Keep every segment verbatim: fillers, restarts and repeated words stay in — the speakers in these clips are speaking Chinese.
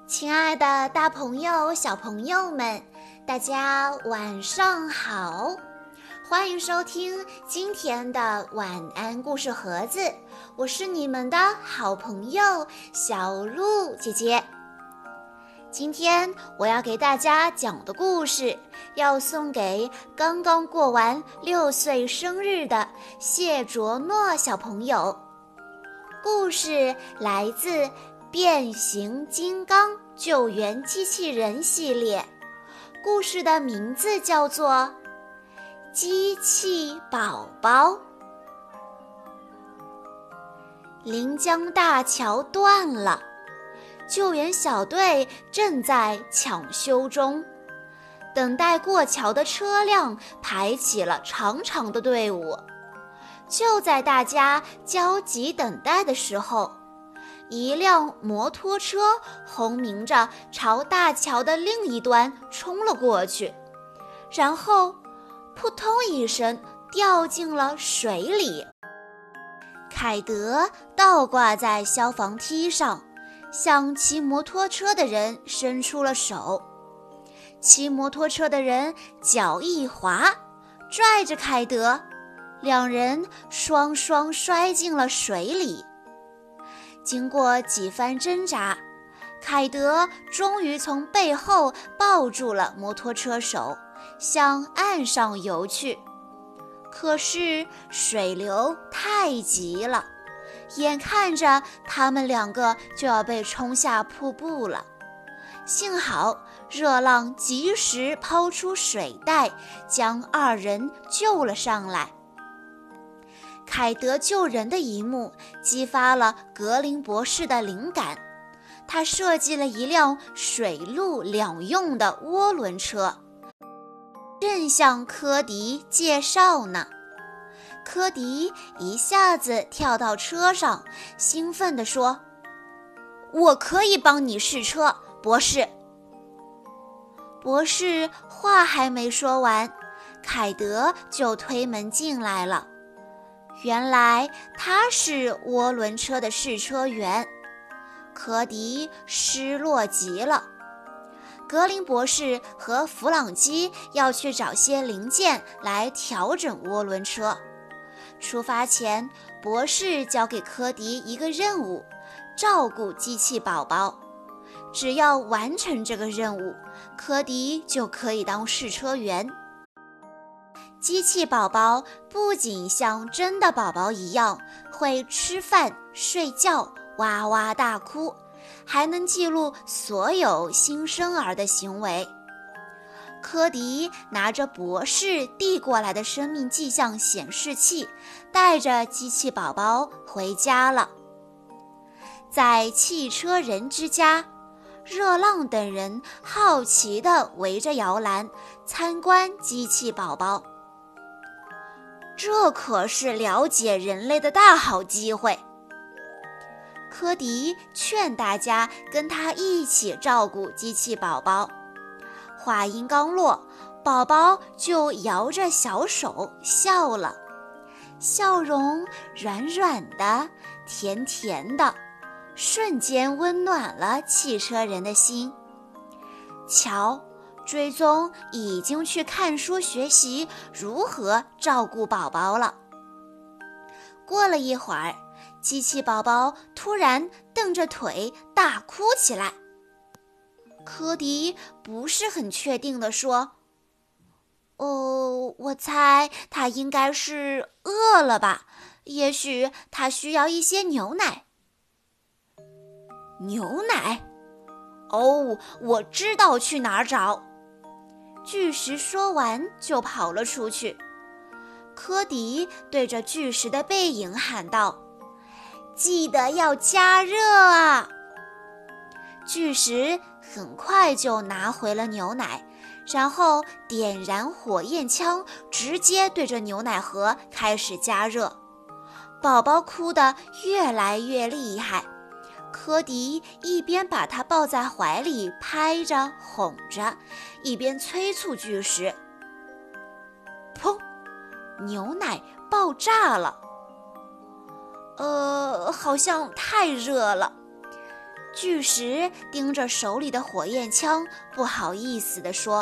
亲爱的大朋友、小朋友们，大家晚上好！欢迎收听今天的晚安故事盒子，我是你们的好朋友小鹿姐姐。今天我要给大家讲的故事，要送给刚刚过完六岁生日的谢卓诺小朋友。故事来自变形金刚救援机器人系列，故事的名字叫做机器宝宝。临江大桥断了，救援小队正在抢修中，等待过桥的车辆排起了长长的队伍。就在大家焦急等待的时候，一辆摩托车轰鸣着朝大桥的另一端冲了过去，然后扑通一声掉进了水里。凯德倒挂在消防梯上，向骑摩托车的人伸出了手。骑摩托车的人脚一滑，拽着凯德，两人双双摔进了水里。经过几番挣扎，凯德终于从背后抱住了摩托车手，向岸上游去。可是水流太急了，眼看着他们两个就要被冲下瀑布了。幸好热浪及时抛出水带，将二人救了上来。凯德救人的一幕激发了格林博士的灵感，他设计了一辆水陆两用的涡轮车，正向科迪介绍呢。科迪一下子跳到车上，兴奋地说：“我可以帮你试车，博士。”博士话还没说完，凯德就推门进来了。原来他是涡轮车的试车员，科迪失落极了。格林博士和弗朗基要去找些零件来调整涡轮车。出发前，博士交给科迪一个任务，照顾机器宝宝。只要完成这个任务，科迪就可以当试车员。机器宝宝不仅像真的宝宝一样会吃饭、睡觉、哇哇大哭，还能记录所有新生儿的行为。科迪拿着博士递过来的生命迹象显示器，带着机器宝宝回家了。在汽车人之家，热浪等人好奇地围着摇篮参观机器宝宝。这可是了解人类的大好机会。科迪劝大家跟他一起照顾机器宝宝。话音刚落，宝宝就摇着小手笑了，笑容软软的，甜甜的，瞬间温暖了汽车人的心。瞧，追踪已经去看书学习如何照顾宝宝了。过了一会儿，机器宝宝突然蹬着腿大哭起来。科迪不是很确定地说：“哦，我猜他应该是饿了吧，也许他需要一些牛奶。”牛奶？哦，我知道去哪儿找。巨石说完就跑了出去。科迪对着巨石的背影喊道：“记得要加热啊！”巨石很快就拿回了牛奶，然后点燃火焰枪，直接对着牛奶盒开始加热。宝宝哭得越来越厉害，科迪一边把他抱在怀里拍着哄着，一边催促巨石。砰！牛奶爆炸了。呃，好像太热了。 巨石盯着手里的火焰枪，不好意思地说：“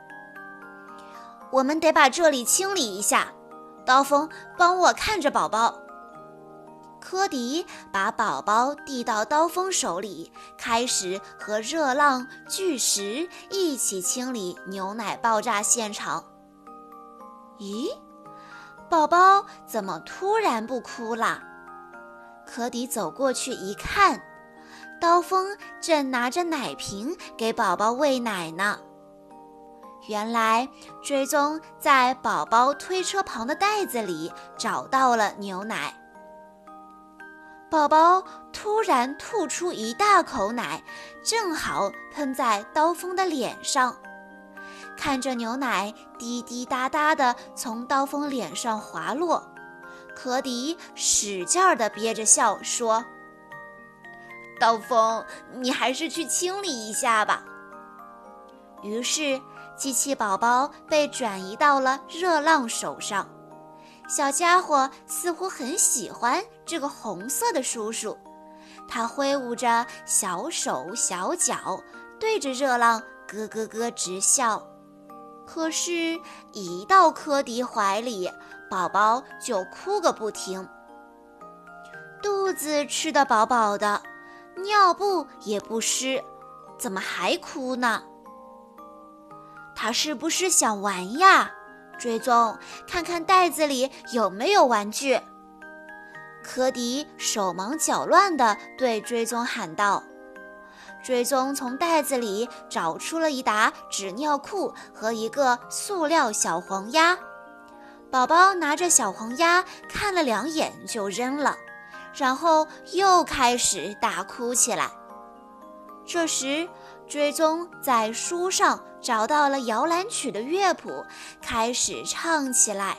我们得把这里清理一下，刀锋，帮我看着宝宝。”柯迪把宝宝递到刀锋手里，开始和热浪、巨石一起清理牛奶爆炸现场。咦，宝宝怎么突然不哭了？柯迪走过去一看，刀锋正拿着奶瓶给宝宝喂奶呢。原来追踪在宝宝推车旁的袋子里找到了牛奶。宝宝突然吐出一大口奶，正好喷在刀锋的脸上。看着牛奶滴滴答答地从刀锋脸上滑落，柯迪使劲地憋着笑说：“刀锋，你还是去清理一下吧。”于是机器宝宝被转移到了热浪手上。小家伙似乎很喜欢这个红色的叔叔，他挥舞着小手小脚，对着热浪咯咯咯直笑。可是，一到柯迪怀里，宝宝就哭个不停。肚子吃得饱饱的，尿布也不湿，怎么还哭呢？他是不是想玩呀？追踪，看看袋子里有没有玩具。柯迪手忙脚乱地对追踪喊道。追踪从袋子里找出了一沓纸尿裤和一个塑料小黄鸭。宝宝拿着小黄鸭看了两眼就扔了，然后又开始大哭起来。这时追踪在书上找到了摇篮曲的乐谱，开始唱起来。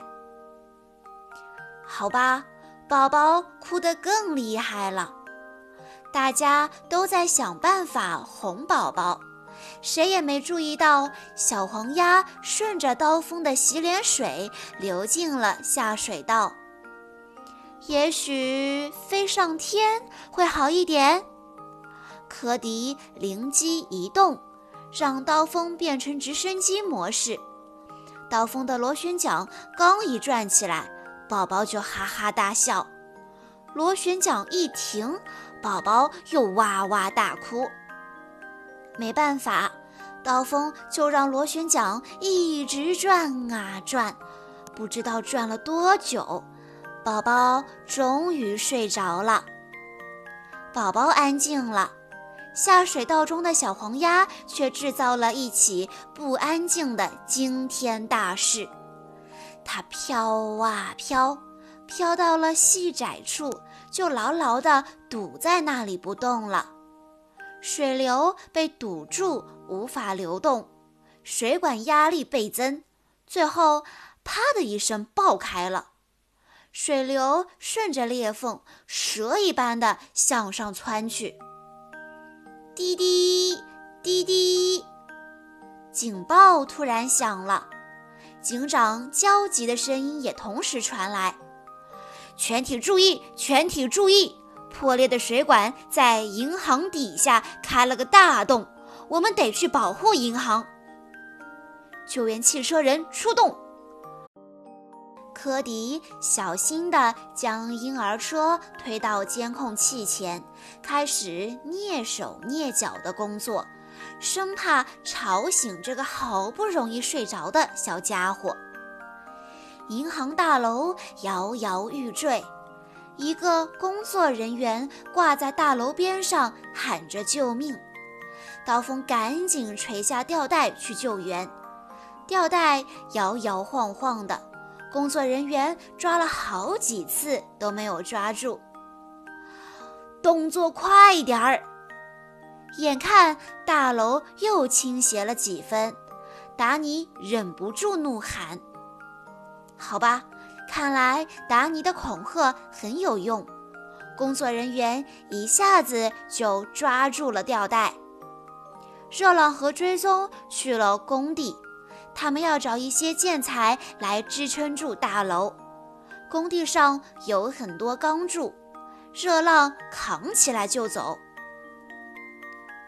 好吧，宝宝哭得更厉害了。大家都在想办法哄宝宝，谁也没注意到小黄鸭顺着刀锋的洗脸水流进了下水道。也许飞上天会好一点。柯迪灵机一动，让刀锋变成直升机模式。刀锋的螺旋桨刚一转起来，宝宝就哈哈大笑。螺旋桨一停，宝宝又哇哇大哭。没办法，刀锋就让螺旋桨一直转啊转，不知道转了多久，宝宝终于睡着了。宝宝安静了，下水道中的小黄鸭却制造了一起不安静的惊天大事。它飘啊飘，飘到了细窄处，就牢牢地堵在那里不动了。水流被堵住，无法流动，水管压力倍增，最后啪的一声爆开了。水流顺着裂缝蛇一般地向上窜去。滴滴滴滴，警报突然响了，警长焦急的声音也同时传来：全体注意，全体注意，破裂的水管在银行底下开了个大洞，我们得去保护银行。救援汽车人出动。柯迪小心地将婴儿车推到监控器前，开始蹑手蹑脚的工作，生怕吵醒这个好不容易睡着的小家伙。银行大楼摇摇欲坠，一个工作人员挂在大楼边上喊着救命。刀锋赶紧垂下吊带去救援，吊带摇摇晃晃的，工作人员抓了好几次都没有抓住。动作快一点儿！眼看大楼又倾斜了几分，达尼忍不住怒喊。好吧，看来达尼的恐吓很有用，工作人员一下子就抓住了吊带。热浪和追踪去了工地，他们要找一些建材来支撑住大楼。工地上有很多钢柱，热浪扛起来就走。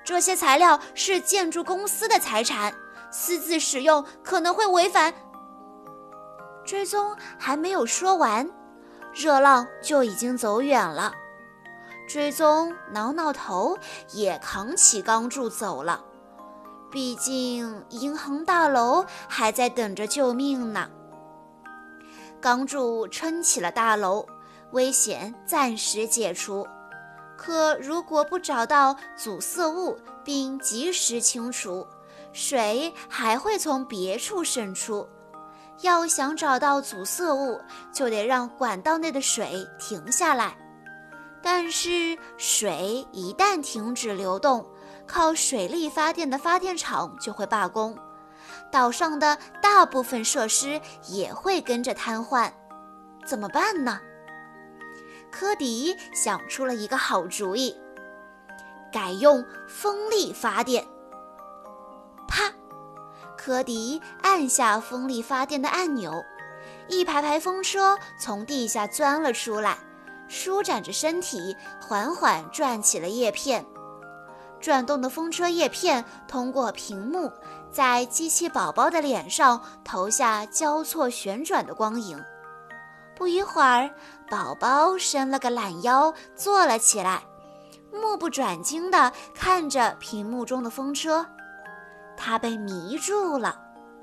这些材料是建筑公司的财产，私自使用可能会违反……追踪还没有说完，热浪就已经走远了。追踪挠挠头，也扛起钢柱走了。毕竟银行大楼还在等着救命呢。钢柱撑起了大楼，危险暂时解除。可如果不找到阻塞物并及时清除，水还会从别处渗出。要想找到阻塞物，就得让管道内的水停下来。但是水一旦停止流动，靠水力发电的发电厂就会罢工，岛上的大部分设施也会跟着瘫痪。怎么办呢？科迪想出了一个好主意，改用风力发电。啪！科迪按下风力发电的按钮，一排排风车从地下钻了出来，舒展着身体，缓缓转起了叶片。转动的风车叶片通过屏幕，在机器宝宝的脸上投下交错旋转的光影。不一会儿，宝宝伸了个懒腰，坐了起来，目不转睛地看着屏幕中的风车。他被迷住了。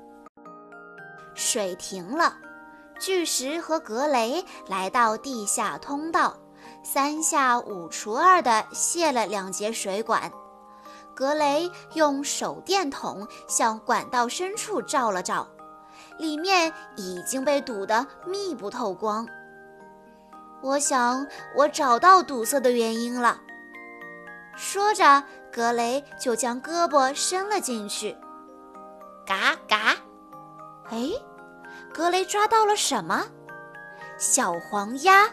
水停了，巨石和格雷来到地下通道，三下五除二地卸了两节水管。格雷用手电筒向管道深处照了照，里面已经被堵得密不透光。我想我找到堵塞的原因了。说着，格雷就将胳膊伸了进去。嘎嘎！哎，格雷抓到了什么？小黄鸭。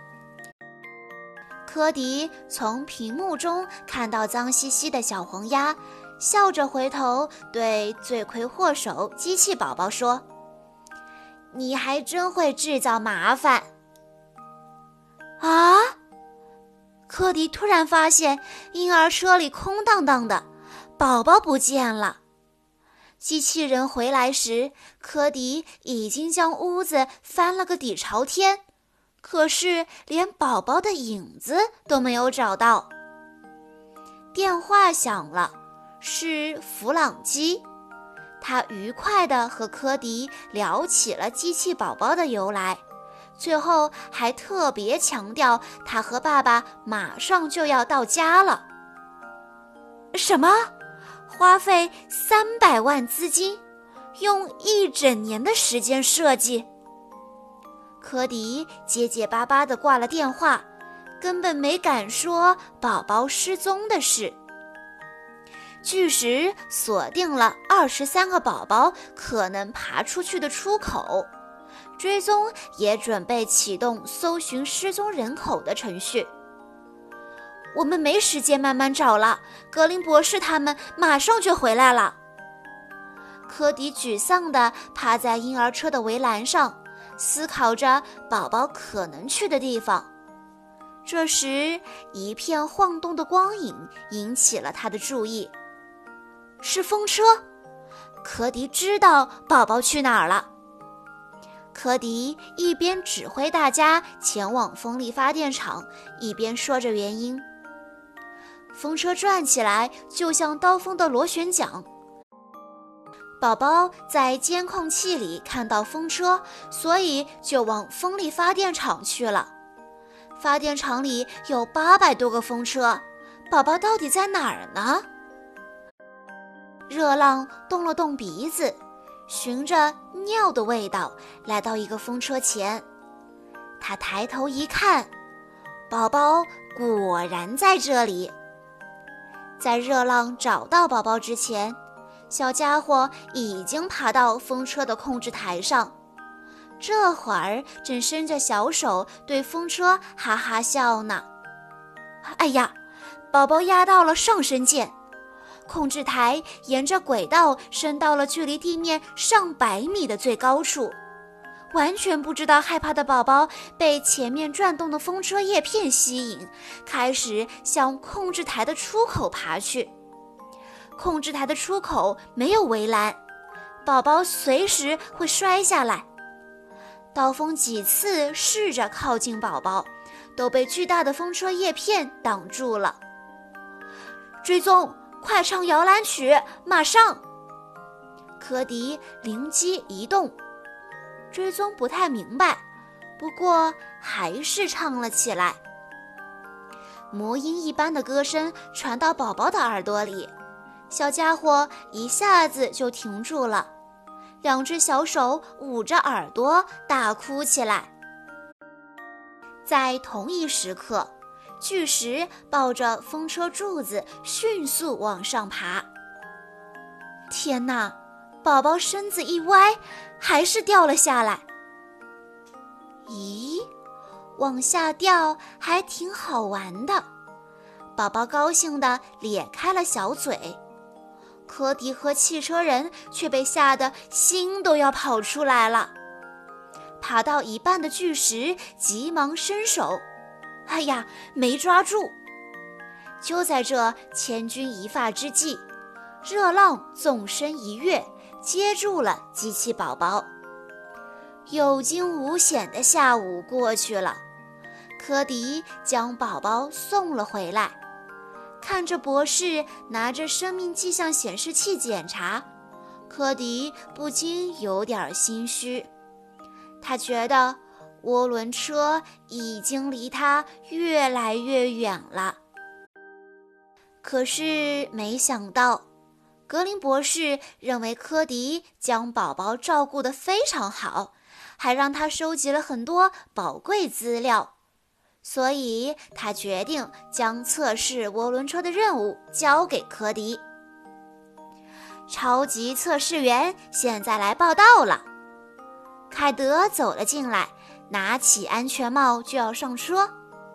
科迪从屏幕中看到脏兮兮的小黄鸭，笑着回头对罪魁祸首机器宝宝说：“你还真会制造麻烦。”啊！科迪突然发现婴儿车里空荡荡的，宝宝不见了。机器人回来时，科迪已经将屋子翻了个底朝天，可是连宝宝的影子都没有找到。电话响了，是弗朗基。他愉快地和科迪聊起了机器宝宝的由来，最后还特别强调他和爸爸马上就要到家了。什么？花费三百万资金，用一整年的时间设计？科迪结结巴巴地挂了电话，根本没敢说宝宝失踪的事。巨石锁定了二十三个宝宝可能爬出去的出口，追踪也准备启动搜寻失踪人口的程序。我们没时间慢慢找了，格林博士他们马上就回来了。科迪沮丧地趴在婴儿车的围栏上，思考着宝宝可能去的地方。这时，一片晃动的光影引起了他的注意。是风车！科迪知道宝宝去哪儿了。科迪一边指挥大家前往风力发电厂，一边说着原因。风车转起来就像刀锋的螺旋桨。宝宝在监控器里看到风车，所以就往风力发电厂去了。发电厂里有八百多个风车，宝宝到底在哪儿呢？热浪动了动鼻子，循着尿的味道来到一个风车前。他抬头一看，宝宝果然在这里。在热浪找到宝宝之前，小家伙已经爬到风车的控制台上，这会儿正伸着小手对风车哈哈笑呢。哎呀，宝宝压到了上升键，控制台沿着轨道升到了距离地面上百米的最高处。完全不知道害怕的宝宝被前面转动的风车叶片吸引，开始向控制台的出口爬去。 控制台的出口没有围栏，宝宝随时会摔下来。刀锋几次试着靠近宝宝，都被巨大的风车叶片挡住了。追踪，快唱摇篮曲，马上！柯迪灵机一动，追踪不太明白，不过还是唱了起来。魔音一般的歌声传到宝宝的耳朵里，小家伙一下子就停住了，两只小手捂着耳朵大哭起来。在同一时刻，巨石抱着风车柱子迅速往上爬。天哪，宝宝身子一歪，还是掉了下来。咦，往下掉还挺好玩的。宝宝高兴地咧开了小嘴，柯迪和汽车人却被吓得心都要跑出来了。爬到一半的巨石急忙伸手，哎呀，没抓住。就在这千钧一发之际，热浪纵身一跃，接住了机器宝宝。有惊无险的下午过去了，柯迪将宝宝送了回来。看着博士拿着生命迹象显示器检查，柯迪不禁有点心虚。他觉得涡轮车已经离他越来越远了。可是没想到，格林博士认为柯迪将宝宝照顾得非常好，还让他收集了很多宝贵资料，所以他决定将测试涡轮车的任务交给柯迪。超级测试员现在来报道了。凯德走了进来，拿起安全帽就要上车。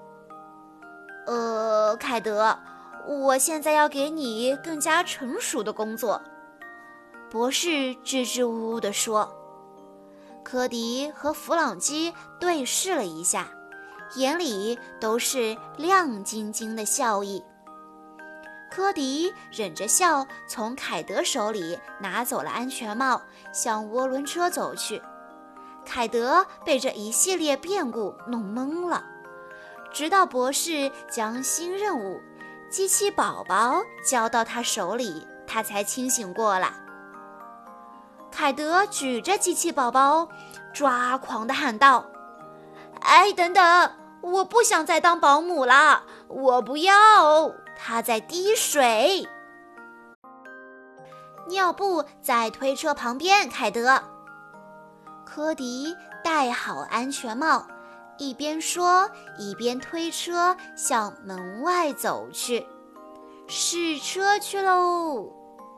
呃，凯德，我现在要给你更加成熟的工作，博士支支吾吾地说。柯迪和弗朗基对视了一下，眼里都是亮晶晶的笑意。柯迪忍着笑从凯德手里拿走了安全帽，向涡轮车走去。凯德被这一系列变故弄懵了，直到博士将新任务机器宝宝交到他手里，他才清醒过来。凯德举着机器宝宝，抓狂地喊道：“哎，等等，我不想再当保姆了，我不要，它在滴水。”尿布在推车旁边，凯德。柯迪戴好安全帽，一边说一边推车向门外走去。试车去喽！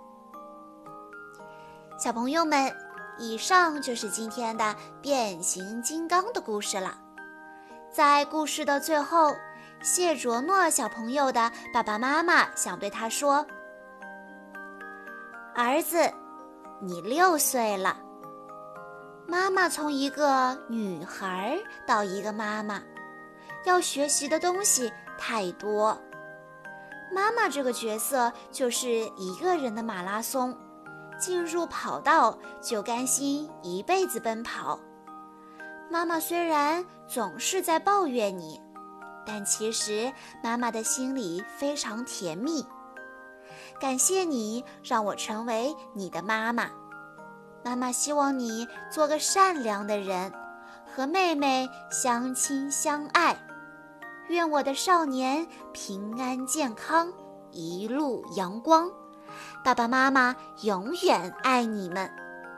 小朋友们，以上就是今天的变形金刚的故事了。在故事的最后，谢卓诺小朋友的爸爸妈妈想对他说：“儿子，你六岁了。妈妈从一个女孩到一个妈妈，要学习的东西太多。妈妈这个角色就是一个人的马拉松，进入跑道就甘心一辈子奔跑。妈妈虽然总是在抱怨你，但其实妈妈的心里非常甜蜜。感谢你让我成为你的妈妈。妈妈希望你做个善良的人，和妹妹相亲相爱。愿我的少年平安健康，一路阳光。爸爸妈妈永远爱你们。”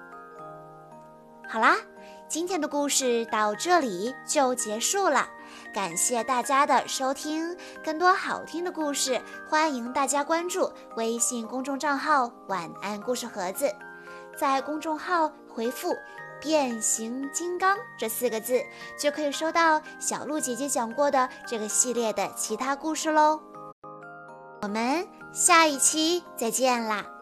好啦，今天的故事到这里就结束了，感谢大家的收听。更多好听的故事，欢迎大家关注微信公众账号晚安故事盒子，在公众号回复变形金刚这四个字，就可以收到小鹿姐姐讲过的这个系列的其他故事喽。我们下一期再见啦！